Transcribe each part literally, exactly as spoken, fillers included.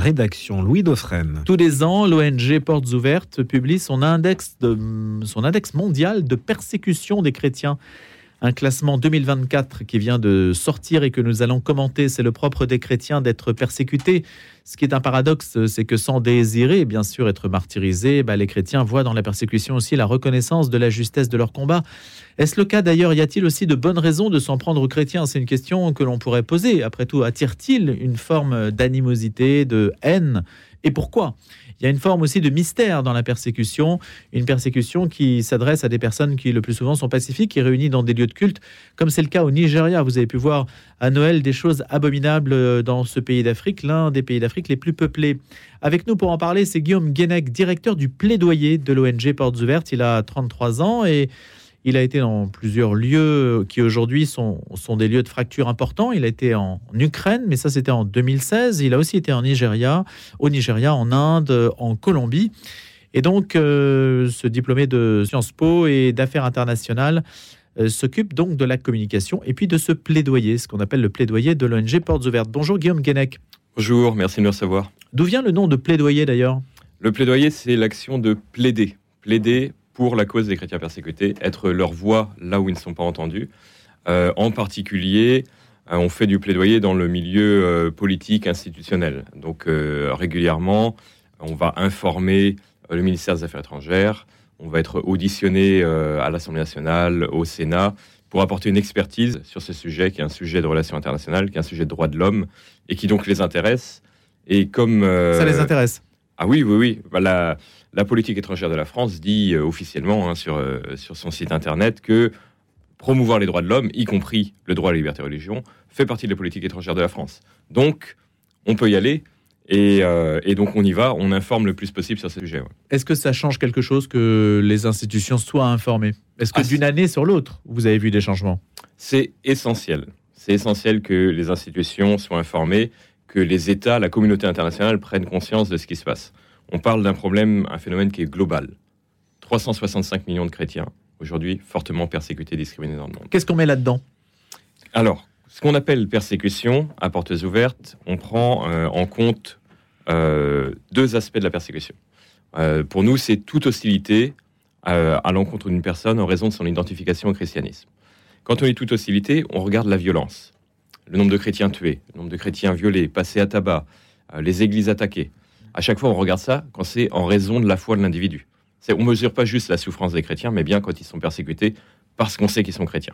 rédaction. Louis Dauphren. Tous les ans, l'O N G Portes Ouvertes publie son index, de, son index mondial de persécution des chrétiens. Un classement deux mille vingt-quatre qui vient de sortir et que nous allons commenter. C'est le propre des chrétiens d'être persécutés. Ce qui est un paradoxe, c'est que sans désirer, bien sûr, être martyrisés, bah, les chrétiens voient dans la persécution aussi la reconnaissance de la justesse de leur combat. Est-ce le cas d'ailleurs? Y a-t-il aussi de bonnes raisons de s'en prendre aux chrétiens? C'est une question que l'on pourrait poser. Après tout, attire-t-il une forme d'animosité, de haine? Et pourquoi? Il y a une forme aussi de mystère dans la persécution, une persécution qui s'adresse à des personnes qui le plus souvent sont pacifiques et réunies dans des lieux de culte, comme c'est le cas au Nigeria. Vous avez pu voir à Noël des choses abominables dans ce pays d'Afrique, l'un des pays d'Afrique les plus peuplés. Avec nous pour en parler, c'est Guillaume Guénec, directeur du plaidoyer de l'O N G Portes Ouvertes. Il a trente-trois ans et il a été dans plusieurs lieux qui aujourd'hui sont, sont des lieux de fracture importants. Il a été en Ukraine, mais ça c'était en deux mille seize. Il a aussi été en Nigeria, au Nigeria, en Inde, en Colombie. Et donc, euh, ce diplômé de Sciences Po et d'affaires internationales euh, s'occupe donc de la communication et puis de ce plaidoyer, ce qu'on appelle le plaidoyer de l'O N G Portes Ouvertes. Bonjour Guillaume Guénec. Bonjour, merci de me recevoir. D'où vient le nom de plaidoyer d'ailleurs? Le plaidoyer, c'est l'action de plaider. Plaider pour la cause des chrétiens persécutés, être leur voix là où ils ne sont pas entendus. Euh, en particulier, euh, on fait du plaidoyer dans le milieu euh, politique institutionnel. Donc euh, régulièrement, on va informer euh, le ministère des Affaires étrangères, on va être auditionné euh, à l'Assemblée nationale, au Sénat, pour apporter une expertise sur ce sujet, qui est un sujet de relations internationales, qui est un sujet de droits de l'homme, et qui donc les intéresse. Et comme euh, ça les intéresse? Ah oui, oui, oui. La, la politique étrangère de la France dit euh, officiellement hein, sur, euh, sur son site internet que promouvoir les droits de l'homme, y compris le droit à la liberté de religion, fait partie de la politique étrangère de la France. Donc, on peut y aller et, euh, et donc on y va, on informe le plus possible sur ce sujet. Ouais. Est-ce que ça change quelque chose que les institutions soient informées? Est-ce que ah, d'une année sur l'autre, vous avez vu des changements? C'est essentiel. C'est essentiel que les institutions soient informées, que les États, la communauté internationale prennent conscience de ce qui se passe. On parle d'un problème, un phénomène qui est global. trois cent soixante-cinq millions de chrétiens, aujourd'hui fortement persécutés et discriminés dans le monde. Qu'est-ce qu'on met là-dedans? Alors, ce qu'on appelle persécution, à portes ouvertes, on prend euh, en compte euh, deux aspects de la persécution. Euh, pour nous, c'est toute hostilité euh, à l'encontre d'une personne en raison de son identification au christianisme. Quand on dit toute hostilité, on regarde la violence. Le nombre de chrétiens tués, le nombre de chrétiens violés, passés à tabac, euh, les églises attaquées. À chaque fois, on regarde ça quand c'est en raison de la foi de l'individu. C'est, on ne mesure pas juste la souffrance des chrétiens, mais bien quand ils sont persécutés parce qu'on sait qu'ils sont chrétiens.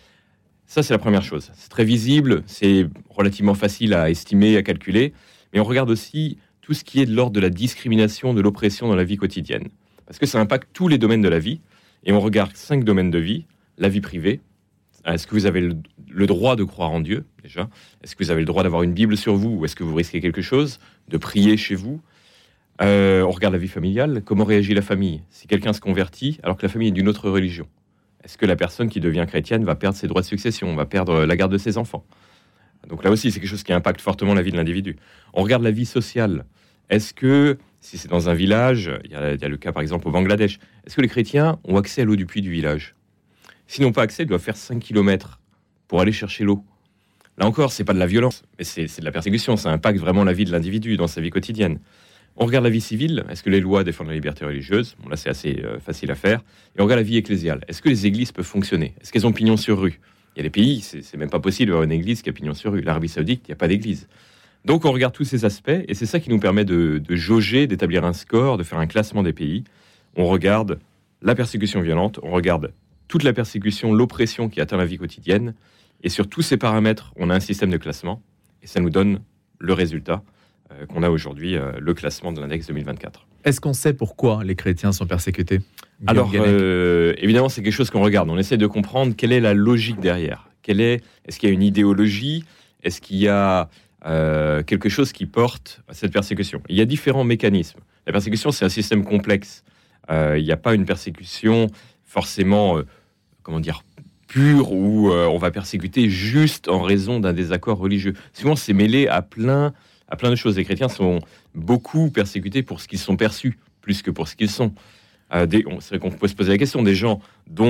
Ça, c'est la première chose. C'est très visible, c'est relativement facile à estimer, à calculer, mais on regarde aussi tout ce qui est de l'ordre de la discrimination, de l'oppression dans la vie quotidienne. Parce que ça impacte tous les domaines de la vie, et on regarde cinq domaines de vie. La vie privée. Est-ce que vous avez le, le droit de croire en Dieu, déjà? Est-ce que vous avez le droit d'avoir une Bible sur vous? Ou est-ce que vous risquez quelque chose? De prier chez vous? euh, On regarde la vie familiale. Comment réagit la famille? Si quelqu'un se convertit alors que la famille est d'une autre religion, est-ce que la personne qui devient chrétienne va perdre ses droits de succession? Va perdre la garde de ses enfants? Donc là aussi, c'est quelque chose qui impacte fortement la vie de l'individu. On regarde la vie sociale. Est-ce que, si c'est dans un village, il y a, il y a le cas par exemple au Bangladesh, est-ce que les chrétiens ont accès à l'eau du puits du village? S'ils n'ont pas accès, ils doivent faire cinq kilomètres pour aller chercher l'eau. Là encore, c'est pas de la violence, mais c'est, c'est de la persécution. Ça impacte vraiment la vie de l'individu dans sa vie quotidienne. On regarde la vie civile. Est-ce que les lois défendent la liberté religieuse? Bon, là, c'est assez euh, facile à faire. Et on regarde la vie ecclésiale. Est-ce que les églises peuvent fonctionner? Est-ce qu'elles ont pignon sur rue? Il y a des pays, c'est, c'est même pas possible d'avoir une église qui a pignon sur rue. L'Arabie Saoudite, il n'y a pas d'église. Donc, on regarde tous ces aspects, et c'est ça qui nous permet de, de jauger, d'établir un score, de faire un classement des pays. On regarde la persécution violente, on regarde toute la persécution, l'oppression qui atteint la vie quotidienne. Et sur tous ces paramètres, on a un système de classement. Et ça nous donne le résultat euh, qu'on a aujourd'hui, euh, le classement de l'index deux mille vingt-quatre. Est-ce qu'on sait pourquoi les chrétiens sont persécutés? Alors, euh, évidemment, c'est quelque chose qu'on regarde. On essaie de comprendre quelle est la logique derrière. Quelle est, est-ce qu'il y a une idéologie? Est-ce qu'il y a euh, quelque chose qui porte à cette persécution? Il y a différents mécanismes. La persécution, c'est un système complexe. Euh, il n'y a pas une persécution forcément... Euh, comment dire, pure, où euh, on va persécuter juste en raison d'un désaccord religieux. Souvent, c'est mêlé à plein, à plein de choses. Les chrétiens sont beaucoup persécutés pour ce qu'ils sont perçus, plus que pour ce qu'ils sont. Euh, des, on, c'est vrai qu'on peut se poser la question des gens dont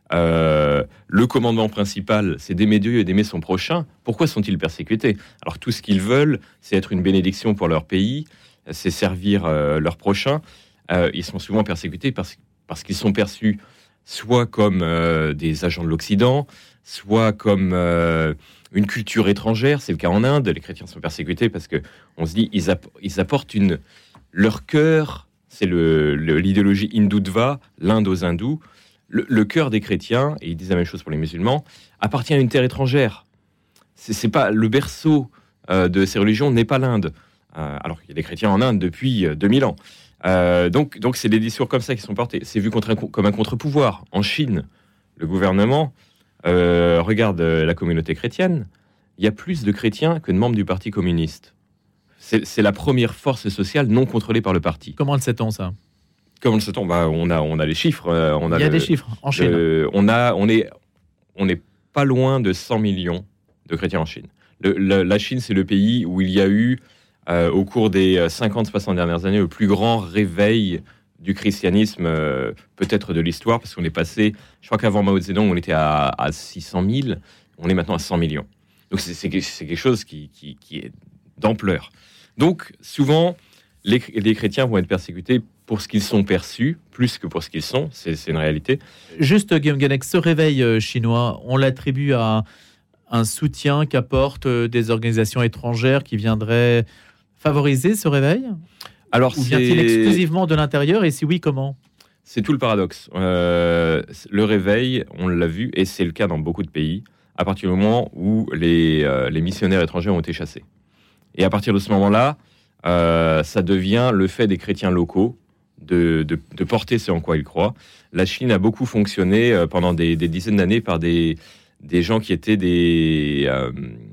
Euh, le commandement principal, c'est d'aimer Dieu et d'aimer son prochain. Pourquoi sont-ils persécutés? Alors tout ce qu'ils veulent, c'est être une bénédiction pour leur pays, c'est servir euh, leur prochain. Euh, ils sont souvent persécutés parce, parce qu'ils sont perçus soit comme euh, des agents de l'Occident, soit comme euh, une culture étrangère. C'est le cas en Inde. Les chrétiens sont persécutés parce que on se dit ils, app- ils apportent une leur cœur. C'est le, le, l'idéologie hindoutva, l'Inde aux hindous. Le, le cœur des chrétiens, et ils disent la même chose pour les musulmans, appartient à une terre étrangère. C'est, c'est pas le berceau euh, de ces religions n'est pas l'Inde. Euh, alors qu'il y a des chrétiens en Inde depuis euh, deux mille ans. Euh, donc, donc c'est des discours comme ça qui sont portés. C'est vu contre un, comme un contre-pouvoir. En Chine, le gouvernement euh, regarde la communauté chrétienne. Il y a plus de chrétiens que de membres du Parti communiste. C'est, c'est la première force sociale non contrôlée par le parti. Comment le sait-on, ça? Comment le sait-on? Bah, on a, on a les chiffres. Euh, on a Il y a le, des chiffres en Chine. Le, on a, on est, on est pas loin de cent millions de chrétiens en Chine. Le, le, la Chine, c'est le pays où il y a eu, euh, au cours des cinquante soixante dernières années, le plus grand réveil du christianisme, euh, peut-être de l'histoire, parce qu'on est passé, je crois qu'avant Mao Zedong, on était à, à six cent mille, on est maintenant à cent millions. Donc c'est, c'est, c'est quelque chose qui, qui, qui est d'ampleur. Donc souvent, les, les chrétiens vont être persécutés pour ce qu'ils sont perçus, plus que pour ce qu'ils sont, c'est, c'est une réalité. Juste, Guillaume Guenec, ce réveil euh, chinois, on l'attribue à un soutien qu'apportent euh, des organisations étrangères qui viendraient favoriser ce réveil? Alors, Ou vient-il c'est... exclusivement de l'intérieur, et si oui, comment? C'est tout le paradoxe. Euh, le réveil, on l'a vu, et c'est le cas dans beaucoup de pays, à partir du moment où les, euh, les missionnaires étrangers ont été chassés. Et à partir de ce moment-là, euh, ça devient le fait des chrétiens locaux de, de, de porter ce en quoi ils croient. La Chine a beaucoup fonctionné euh, pendant des, des dizaines d'années par des, des gens qui étaient des... Euh,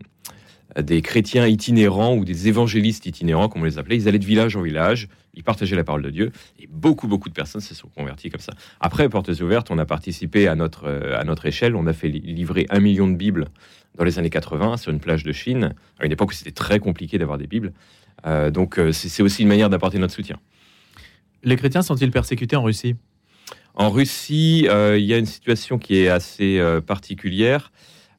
des chrétiens itinérants ou des évangélistes itinérants, comme on les appelait. Ils allaient de village en village, ils partageaient la parole de Dieu, et beaucoup, beaucoup de personnes se sont converties comme ça. Après, Portes Ouvertes, on a participé à notre, à notre échelle, on a fait livrer un million de Bibles dans les années quatre-vingts sur une plage de Chine, à une époque où c'était très compliqué d'avoir des Bibles. Euh, donc, c'est, c'est aussi une manière d'apporter notre soutien. Les chrétiens sont-ils persécutés en Russie? En Russie, euh, il y a une situation qui est assez euh, particulière.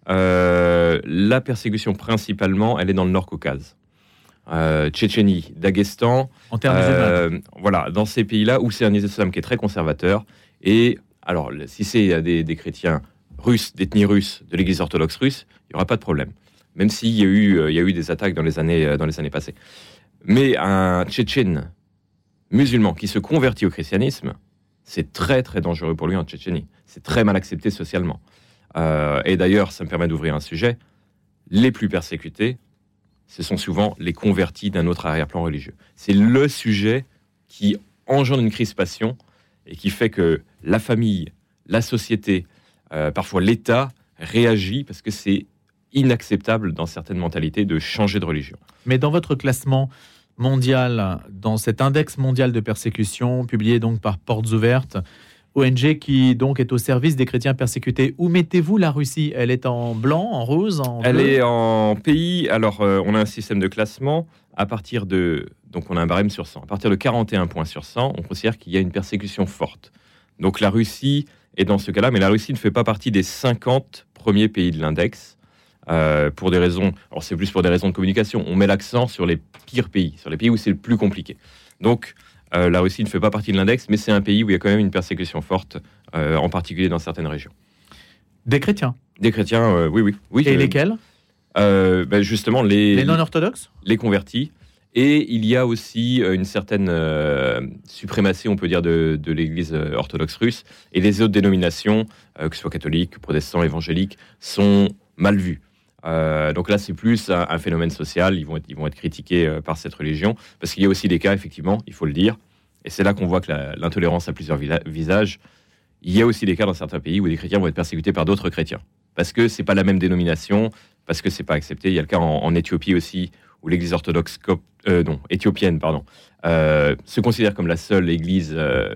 Euh, la persécution principalement, elle est dans le Nord-Caucase, euh, Tchétchénie, Daghestan, en termes euh, musulmans. Voilà, dans ces pays-là où c'est un islam qui est très conservateur. Et alors, si c'est des, des chrétiens russes, d'ethnie russe, de l'Église orthodoxe russe, il n'y aura pas de problème, même s'il y a eu, il y a eu des attaques dans les années, dans les années passées. Mais un Tchétchène musulman qui se convertit au christianisme, c'est très très dangereux pour lui en Tchétchénie. C'est très mal accepté socialement. Euh, et d'ailleurs, ça me permet d'ouvrir un sujet. Les plus persécutés, ce sont souvent les convertis d'un autre arrière-plan religieux. C'est le sujet qui engendre une crispation et qui fait que la famille, la société, euh, parfois l'État réagit parce que c'est inacceptable dans certaines mentalités de changer de religion. Mais dans votre classement mondial, dans cet index mondial de persécution publié donc par Portes Ouvertes, O N G qui donc est au service des chrétiens persécutés. Où mettez-vous la Russie? Elle est en blanc, en rose, en Elle bleu? est en pays. Alors, euh, on a un système de classement à partir de. Donc, on a un barème sur cent. À partir de quarante et un points sur cent, on considère qu'il y a une persécution forte. Donc, la Russie est dans ce cas-là, mais la Russie ne fait pas partie des cinquante premiers pays de l'index. Euh, pour des raisons. Alors, c'est plus pour des raisons de communication. On met l'accent sur les pires pays, sur les pays où c'est le plus compliqué. Donc, Euh, la Russie ne fait pas partie de l'index, mais c'est un pays où il y a quand même une persécution forte, euh, en particulier dans certaines régions. Des chrétiens? Des chrétiens, euh, oui, oui. oui Et euh, lesquels? euh, ben Justement, les, les non-orthodoxes? Les convertis. Et il y a aussi une certaine euh, suprématie, on peut dire, de, de l'Église orthodoxe russe. Et les autres dénominations, euh, que ce soit catholiques, protestants, évangéliques, sont mal vues. Euh, donc là, c'est plus un, un phénomène social. Ils vont être, ils vont être critiqués euh, par cette religion, parce qu'il y a aussi des cas, effectivement, il faut le dire, et c'est là qu'on voit que la, l'intolérance a plusieurs vila- visages. Il y a aussi des cas dans certains pays où des chrétiens vont être persécutés par d'autres chrétiens, parce que c'est pas la même dénomination, parce que c'est pas accepté. Il y a le cas en, en Éthiopie aussi, où l'Église orthodoxe cop- euh, non, éthiopienne, pardon, euh, se considère comme la seule Église euh,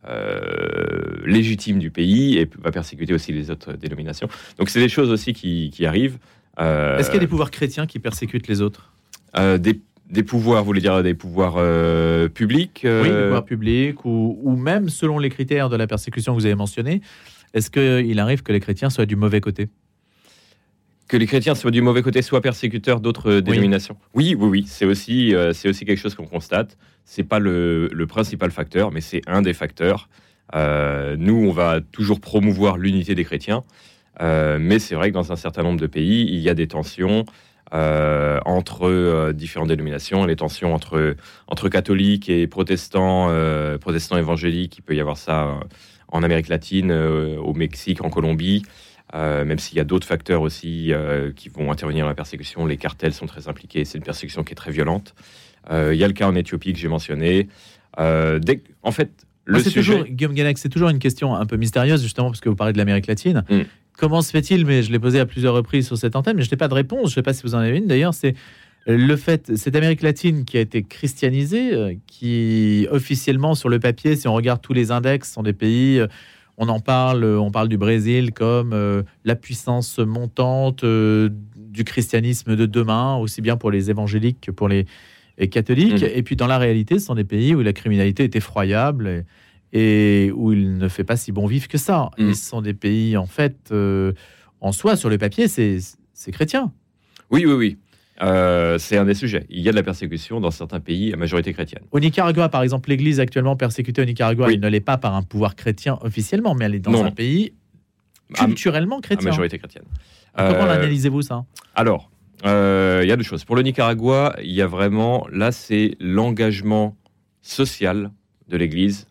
euh, légitime du pays et va persécuter aussi les autres dénominations. Donc c'est des choses aussi qui, qui arrivent. Euh, Est-ce qu'il y a des pouvoirs chrétiens qui persécutent les autres? euh, des, des pouvoirs, vous voulez dire des pouvoirs euh, publics euh... Oui, des pouvoirs publics, ou, ou même selon les critères de la persécution que vous avez mentionné, Est-ce qu'il arrive que les chrétiens soient du mauvais côté ? Que les chrétiens soient du mauvais côté, soient persécuteurs d'autres oui. dénominations. Oui, oui, oui. C'est aussi, euh, c'est aussi quelque chose qu'on constate. C'est pas le, le principal facteur, mais c'est un des facteurs. Euh, nous, on va toujours promouvoir l'unité des chrétiens, euh, mais c'est vrai que dans un certain nombre de pays, il y a des tensions euh, entre euh, différentes dénominations, les tensions entre entre catholiques et protestants, euh, protestants évangéliques. Il peut y avoir ça euh, en Amérique latine, euh, au Mexique, en Colombie. Euh, même s'il y a d'autres facteurs aussi euh, qui vont intervenir dans la persécution, les cartels sont très impliqués, c'est une persécution qui est très violente. Euh, il y a le cas en Éthiopie que j'ai mentionné. Euh, dès, en fait, le ah, c'est sujet... toujours, Guillaume Guenec, c'est toujours une question un peu mystérieuse, justement, parce que vous parlez de l'Amérique latine. Mm. Comment se fait-il, mais je l'ai posé à plusieurs reprises sur cette antenne, mais je n'ai pas de réponse, je ne sais pas si vous en avez une d'ailleurs, c'est le fait, cette Amérique latine qui a été christianisée, euh, qui officiellement sur le papier, si on regarde tous les index, sont des pays... Euh, On en parle, on parle du Brésil comme euh, la puissance montante euh, du christianisme de demain, aussi bien pour les évangéliques que pour les, les catholiques. Mmh. Et puis dans la réalité, ce sont des pays où la criminalité est effroyable et, et où il ne fait pas si bon vivre que ça. Mmh. Et ce sont des pays, en fait, euh, en soi, sur le papier, c'est, c'est chrétien. Oui, oui, oui. Euh, c'est un des sujets. Il y a de la persécution dans certains pays à majorité chrétienne. Au Nicaragua, par exemple, l'Église actuellement persécutée au Nicaragua, oui. elle ne l'est pas par un pouvoir chrétien officiellement, mais elle est dans non. un pays culturellement chrétien. À majorité chrétienne. Comment euh, l'analysez-vous ça ? Alors, euh, il y a deux choses. Pour le Nicaragua, il y a vraiment, là, c'est l'engagement social de l'Église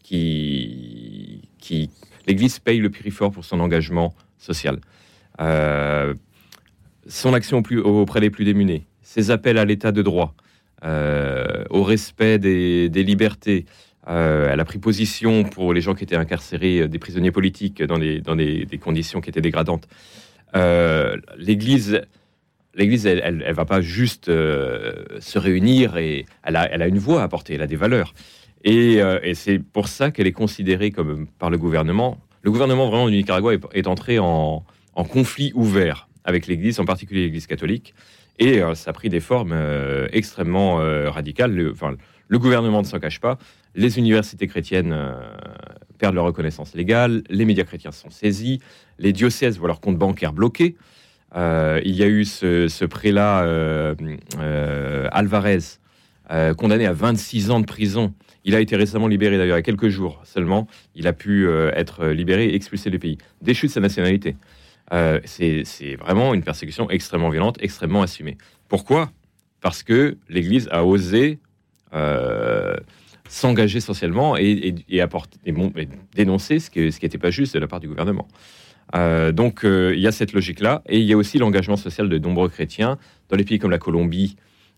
qui, qui, l'Église paye le prix fort pour son engagement social. Euh, Son action auprès des plus démunis, ses appels à l'état de droit, euh, au respect des, des libertés. Euh, elle a pris position pour les gens qui étaient incarcérés, des prisonniers politiques, dans des, dans des, des conditions qui étaient dégradantes. Euh, L'Église, l'Église, elle, elle, elle va pas juste euh, se réunir et elle a, elle a une voix à porter, elle a des valeurs. Et, euh, et c'est pour ça qu'elle est considérée comme par le gouvernement. Le gouvernement vraiment du Nicaragua est, est entré en, en conflit ouvert avec l'Église, en particulier l'Église catholique, et euh, ça a pris des formes euh, extrêmement euh, radicales. Le, enfin, le gouvernement ne s'en cache pas. Les universités chrétiennes euh, perdent leur reconnaissance légale, les médias chrétiens sont saisis, les diocèses voient leurs comptes bancaires bloqués. Euh, il y a eu ce, ce prélat euh, euh, Alvarez, euh, condamné à vingt-six ans de prison. Il a été récemment libéré, d'ailleurs, il y a quelques jours seulement. Il a pu euh, être libéré et expulsé du pays, déchu de sa nationalité. Euh, c'est, c'est vraiment une persécution extrêmement violente, extrêmement assumée. Pourquoi ? Parce que l'Église a osé euh, s'engager socialement et, et, et, apporter, et, bon, et dénoncer ce qui ce qui n'était pas juste de la part du gouvernement. Euh, donc euh, il y a cette logique-là, et il y a aussi l'engagement social de nombreux chrétiens dans les pays comme la Colombie,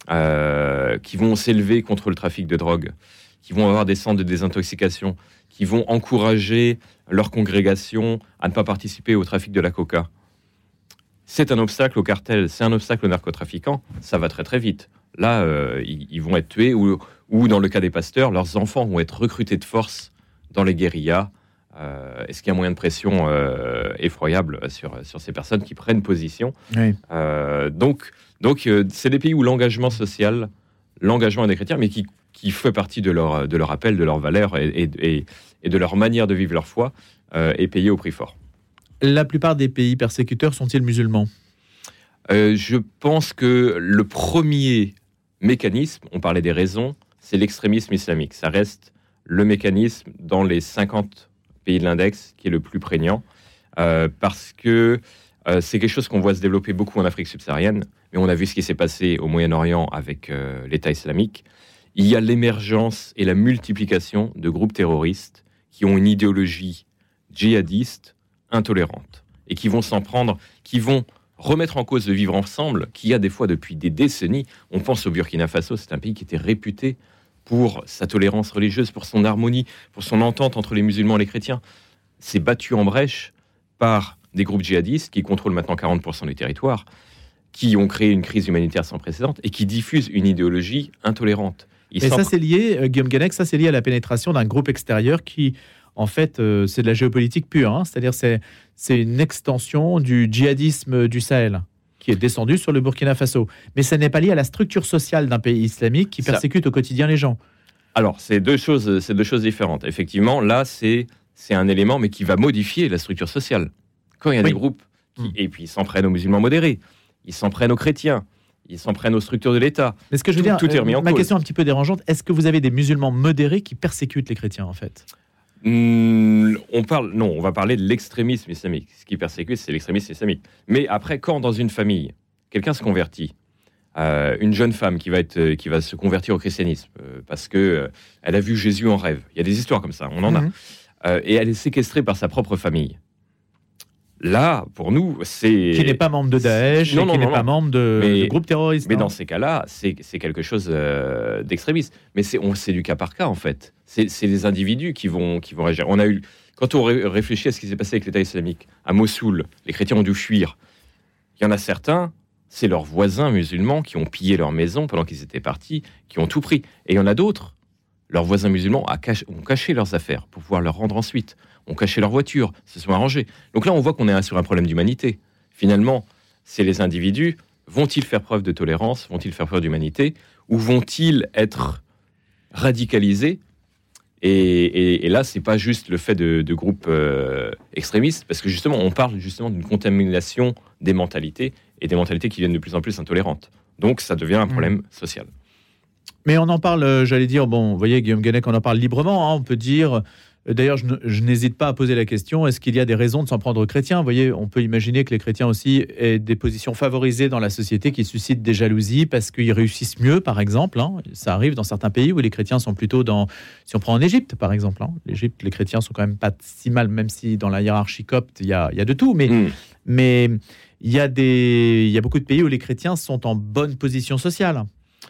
euh, qui vont s'élever contre le trafic de drogue, qui vont avoir des centres de désintoxication, qui vont encourager leur congrégation à ne pas participer au trafic de la coca. C'est un obstacle au cartel, c'est un obstacle aux narcotrafiquants, ça va très très vite. Là, euh, ils, ils vont être tués, ou, ou dans le cas des pasteurs, leurs enfants vont être recrutés de force dans les guérillas. Euh, est-ce qu'il y a un moyen de pression euh, effroyable sur, sur ces personnes qui prennent position ? Oui. euh, Donc, donc euh, c'est des pays où l'engagement social, l'engagement des chrétiens, mais qui qui fait partie de leur, de leur appel, de leurs valeurs et, et, et de leur manière de vivre leur foi, euh, est payé au prix fort. La plupart des pays persécuteurs sont-ils musulmans ? euh, Je pense que le premier mécanisme, on parlait des raisons, c'est l'extrémisme islamique. Ça reste le mécanisme dans les cinquante pays de l'index qui est le plus prégnant, euh, parce que euh, c'est quelque chose qu'on voit se développer beaucoup en Afrique subsaharienne, mais on a vu ce qui s'est passé au Moyen-Orient avec euh, l'État islamique. Il y a l'émergence et la multiplication de groupes terroristes qui ont une idéologie djihadiste intolérante et qui vont s'en prendre, qui vont remettre en cause le vivre ensemble, qui a des fois depuis des décennies. On pense au Burkina Faso, c'est un pays qui était réputé pour sa tolérance religieuse, pour son harmonie, pour son entente entre les musulmans et les chrétiens. C'est battu en brèche par des groupes djihadistes qui contrôlent maintenant quarante pour cent du territoire, qui ont créé une crise humanitaire sans précédent et qui diffusent une idéologie intolérante. Ils et ça, c'est lié, euh, Guillaume Guenec, ça, c'est lié à la pénétration d'un groupe extérieur qui, en fait, euh, c'est de la géopolitique pure. Hein, c'est-à-dire, c'est, c'est une extension du djihadisme du Sahel qui est descendu sur le Burkina Faso. Mais ça n'est pas lié à la structure sociale d'un pays islamique qui ça... persécute au quotidien les gens. Alors, c'est deux choses, c'est deux choses différentes. Effectivement, là, c'est, c'est un élément, mais qui va modifier la structure sociale. Quand il y a oui. des groupes, qui, mmh. et puis ils s'en prennent aux musulmans modérés, ils s'en prennent aux chrétiens, ils s'en prennent aux structures de l'État. Mais ce que je veux tout, dire, tout est remis en ma cause. question un petit peu dérangeante, est-ce que vous avez des musulmans modérés qui persécutent les chrétiens, en fait ? Mmh, on parle, non, on va parler de l'extrémisme islamique. Ce qui persécute, c'est l'extrémisme islamique. Mais après, quand dans une famille, quelqu'un se convertit, euh, une jeune femme qui va, être, qui va se convertir au christianisme, euh, parce qu'elle euh, a vu Jésus en rêve, il y a des histoires comme ça, on en mmh. a, euh, et elle est séquestrée par sa propre famille. Là, pour nous, c'est... Qui n'est pas membre de Daesh, non, et non, qui non, n'est non. pas membre de, mais, de groupe terroriste. Mais non. Dans ces cas-là, c'est, c'est quelque chose euh, d'extrémiste. Mais c'est, on, c'est du cas par cas, en fait. C'est, c'est les individus qui vont, qui vont réagir. On a eu, quand on ré- réfléchit à ce qui s'est passé avec l'État islamique, à Mossoul, les chrétiens ont dû fuir. Il y en a certains, c'est leurs voisins musulmans qui ont pillé leur maison pendant qu'ils étaient partis, qui ont tout pris. Et il y en a d'autres, leurs voisins musulmans a caché, ont caché leurs affaires pour pouvoir leur rendre ensuite. Ont caché leur voiture, se sont arrangés. Donc là, on voit qu'on est sur un problème d'humanité. Finalement, c'est les individus. Vont-ils faire preuve de tolérance ? Vont-ils faire preuve d'humanité ? Ou vont-ils être radicalisés ? et, et, et là, c'est pas juste le fait de, de groupes euh, extrémistes, parce que justement, on parle justement d'une contamination des mentalités, et des mentalités qui deviennent de plus en plus intolérantes. Donc, ça devient un problème mmh. social. Mais on en parle, j'allais dire, bon, vous voyez, Guillaume Guenec, on en parle librement, hein, on peut dire... D'ailleurs, je, je n'hésite pas à poser la question, est-ce qu'il y a des raisons de s'en prendre aux chrétiens ? Vous voyez, on peut imaginer que les chrétiens aussi aient des positions favorisées dans la société qui suscitent des jalousies parce qu'ils réussissent mieux, par exemple. Hein. Ça arrive dans certains pays où les chrétiens sont plutôt dans... Si on prend en Égypte, par exemple. Hein. L'Égypte, les chrétiens sont quand même pas si mal, même si dans la hiérarchie copte, il y a, il y a de tout. Mais, mmh. mais il, y a des, il y a beaucoup de pays où les chrétiens sont en bonne position sociale.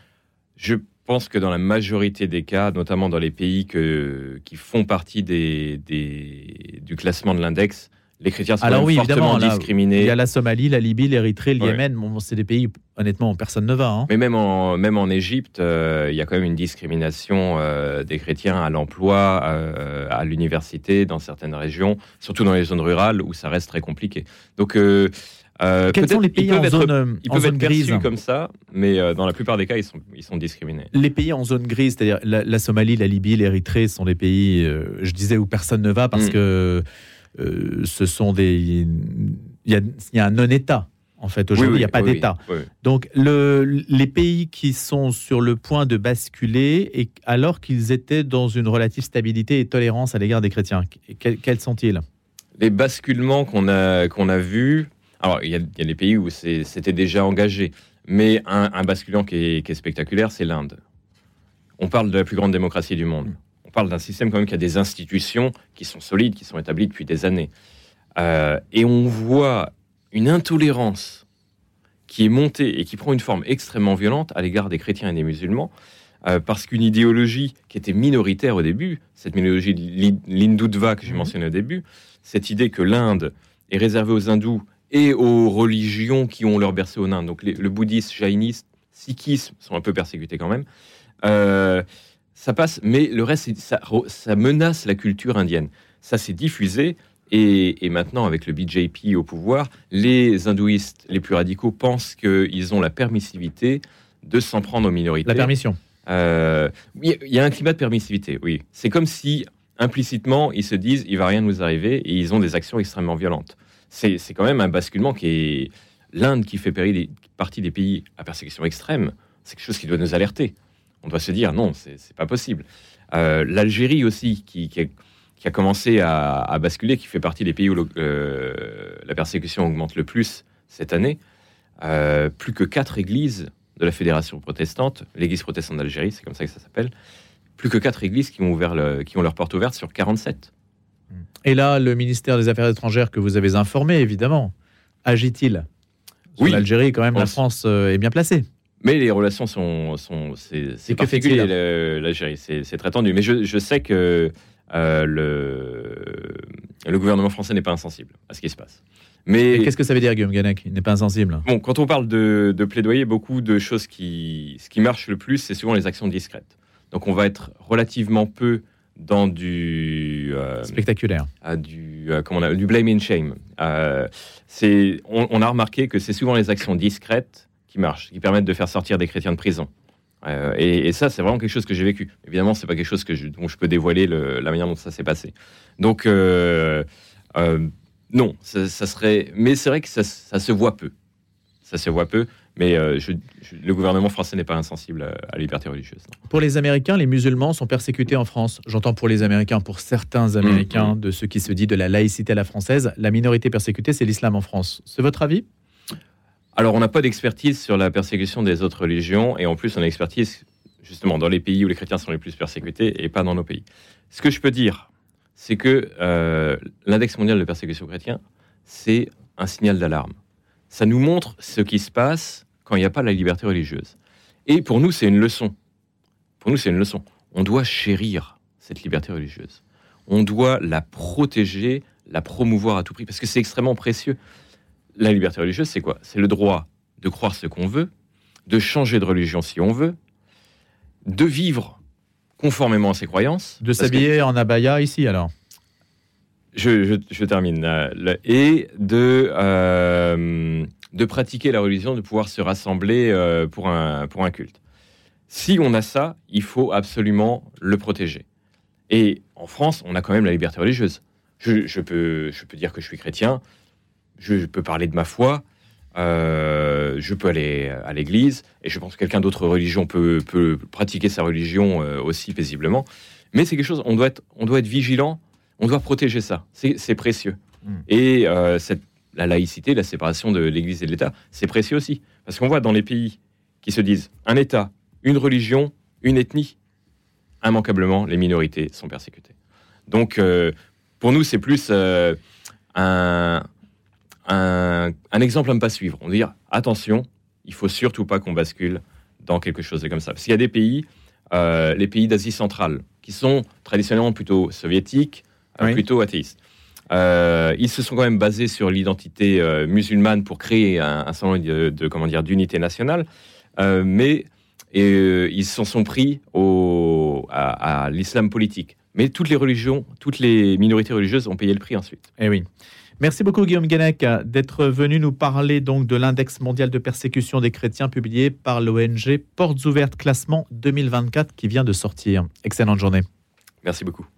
Je Je pense que dans la majorité des cas, notamment dans les pays que, qui font partie des, des, du classement de l'index, les chrétiens sont Alors oui, fortement là, discriminés. Il y a la Somalie, la Libye, l'Érythrée, le ouais. Yémen. Bon, c'est des pays, honnêtement, où personne ne va. Hein. Mais même en, même en Égypte, euh, il y a quand même une discrimination euh, des chrétiens à l'emploi, euh, à l'université, dans certaines régions, surtout dans les zones rurales où ça reste très compliqué. Donc... Euh, Euh, Quels sont les pays en être, zone, ils en peuvent zone être perçus grise comme ça, mais euh, dans la plupart des cas, ils sont, ils sont discriminés. Les pays en zone grise, c'est-à-dire la, la Somalie, la Libye, l'Érythrée, sont les pays, euh, je disais, où personne ne va parce mmh. que euh, ce sont des... Il y a, il y a un non-État, en fait. Aujourd'hui, oui, oui, il n'y a pas oui, d'État. Oui, oui. Donc, le, les pays qui sont sur le point de basculer, et alors qu'ils étaient dans une relative stabilité et tolérance à l'égard des chrétiens, quels, quels sont-ils ? Les basculements qu'on a, qu'on a vus... Alors, il y, y a des pays où c'est, c'était déjà engagé, mais un, un basculant qui est, qui est spectaculaire, c'est l'Inde. On parle de la plus grande démocratie du monde. On parle d'un système quand même qui a des institutions qui sont solides, qui sont établies depuis des années. Euh, et on voit une intolérance qui est montée et qui prend une forme extrêmement violente à l'égard des chrétiens et des musulmans, euh, parce qu'une idéologie qui était minoritaire au début, cette idéologie de l'hindutva que j'ai mentionnée au début, cette idée que l'Inde est réservée aux hindous et aux religions qui ont leur berceau en Inde. Donc les, le bouddhisme, jaïnisme, sikhisme sont un peu persécutés quand même. Euh, ça passe, mais le reste, ça, ça menace la culture indienne. Ça s'est diffusé, et, et maintenant, avec le B J P au pouvoir, les hindouistes les plus radicaux pensent qu'ils ont la permissivité de s'en prendre aux minorités. La permission. Euh, il y a un climat de permissivité, oui. C'est comme si, implicitement, ils se disent « il ne va rien nous arriver » et ils ont des actions extrêmement violentes. C'est, c'est quand même un basculement qui est... L'Inde, qui fait des, partie des pays à persécution extrême, c'est quelque chose qui doit nous alerter. On doit se dire, non, c'est, c'est pas possible. Euh, L'Algérie aussi, qui, qui, a, qui a commencé à, à basculer, qui fait partie des pays où le, euh, la persécution augmente le plus cette année, euh, plus que quatre églises de la Fédération protestante, l'Église protestante d'Algérie, c'est comme ça que ça s'appelle, plus que quatre églises qui ont, ouvert le, qui ont leur porte ouverte sur quarante-sept. Et là, le ministère des Affaires étrangères que vous avez informé, évidemment, agit-il ? Sur oui, l'Algérie, quand même, la France euh, est bien placée. Mais les relations sont... sont c'est, c'est particulier, le, l'Algérie, c'est, c'est très tendu. Mais je, je sais que euh, le, le gouvernement français n'est pas insensible à ce qui se passe. Mais et qu'est-ce que ça veut dire, Guillaume Guenec ? Il n'est pas insensible. Bon, quand on parle de, de plaidoyer, beaucoup de choses qui... Ce qui marche le plus, c'est souvent les actions discrètes. Donc on va être relativement peu dans du... Euh, spectaculaire. À du, euh, comment on a, du blame and shame. Euh, c'est, on, on a remarqué que c'est souvent les actions discrètes qui marchent, qui permettent de faire sortir des chrétiens de prison. Euh, et, et ça, c'est vraiment quelque chose que j'ai vécu. Évidemment, c'est pas quelque chose que je, dont je peux dévoiler le, la manière dont ça s'est passé. Donc, euh, euh, non, ça, ça serait. Mais c'est vrai que ça, ça se voit peu. Ça se voit peu. Mais euh, je, je, le gouvernement français n'est pas insensible à, à la liberté religieuse. Non. Pour les Américains, les musulmans sont persécutés en France. J'entends pour les Américains, pour certains Américains, mmh. de ce qui se dit de la laïcité à la française, la minorité persécutée, c'est l'islam en France. C'est votre avis ? Alors, on n'a pas d'expertise sur la persécution des autres religions, et en plus, on a expertise justement dans les pays où les chrétiens sont les plus persécutés et pas dans nos pays. Ce que je peux dire, c'est que euh, l'index mondial de persécution chrétienne, c'est un signal d'alarme. Ça nous montre ce qui se passe quand il n'y a pas la liberté religieuse. Et pour nous, c'est une leçon. Pour nous, c'est une leçon. On doit chérir cette liberté religieuse. On doit la protéger, la promouvoir à tout prix, parce que c'est extrêmement précieux. La liberté religieuse, c'est quoi ? C'est le droit de croire ce qu'on veut, de changer de religion si on veut, de vivre conformément à ses croyances. De s'habiller que... en abaya ici, alors ? Je, je, je termine. Euh, et de, euh, de pratiquer la religion, de pouvoir se rassembler euh, pour, un, pour un culte. Si on a ça, il faut absolument le protéger. Et en France, on a quand même la liberté religieuse. Je, je, peux, je peux dire que je suis chrétien, je, je peux parler de ma foi, euh, je peux aller à l'église, et je pense que quelqu'un d'autre religion peut, peut pratiquer sa religion euh, aussi paisiblement. Mais c'est quelque chose, on doit être, on doit être vigilant. On doit protéger ça, c'est, c'est précieux. Mmh. Et euh, cette, la laïcité, la séparation de l'Église et de l'État, c'est précieux aussi. Parce qu'on voit dans les pays qui se disent un État, une religion, une ethnie, immanquablement, les minorités sont persécutées. Donc, euh, pour nous, c'est plus euh, un, un, un exemple à ne pas suivre. On veut dire, attention, il ne faut surtout pas qu'on bascule dans quelque chose de comme ça. Parce qu'il y a des pays, euh, les pays d'Asie centrale, qui sont traditionnellement plutôt soviétiques, oui. plutôt athéistes. Euh, ils se sont quand même basés sur l'identité euh, musulmane pour créer un, un certain nombre de, de, comment dire, d'unité nationale, euh, mais et, euh, ils s'en sont pris au, à, à l'islam politique. Mais toutes les religions, toutes les minorités religieuses ont payé le prix ensuite. Eh oui. Merci beaucoup Guillaume Guenec d'être venu nous parler donc de l'index mondial de persécution des chrétiens publié par l'O N G Portes Ouvertes, classement deux mille vingt-quatre qui vient de sortir. Excellente journée. Merci beaucoup.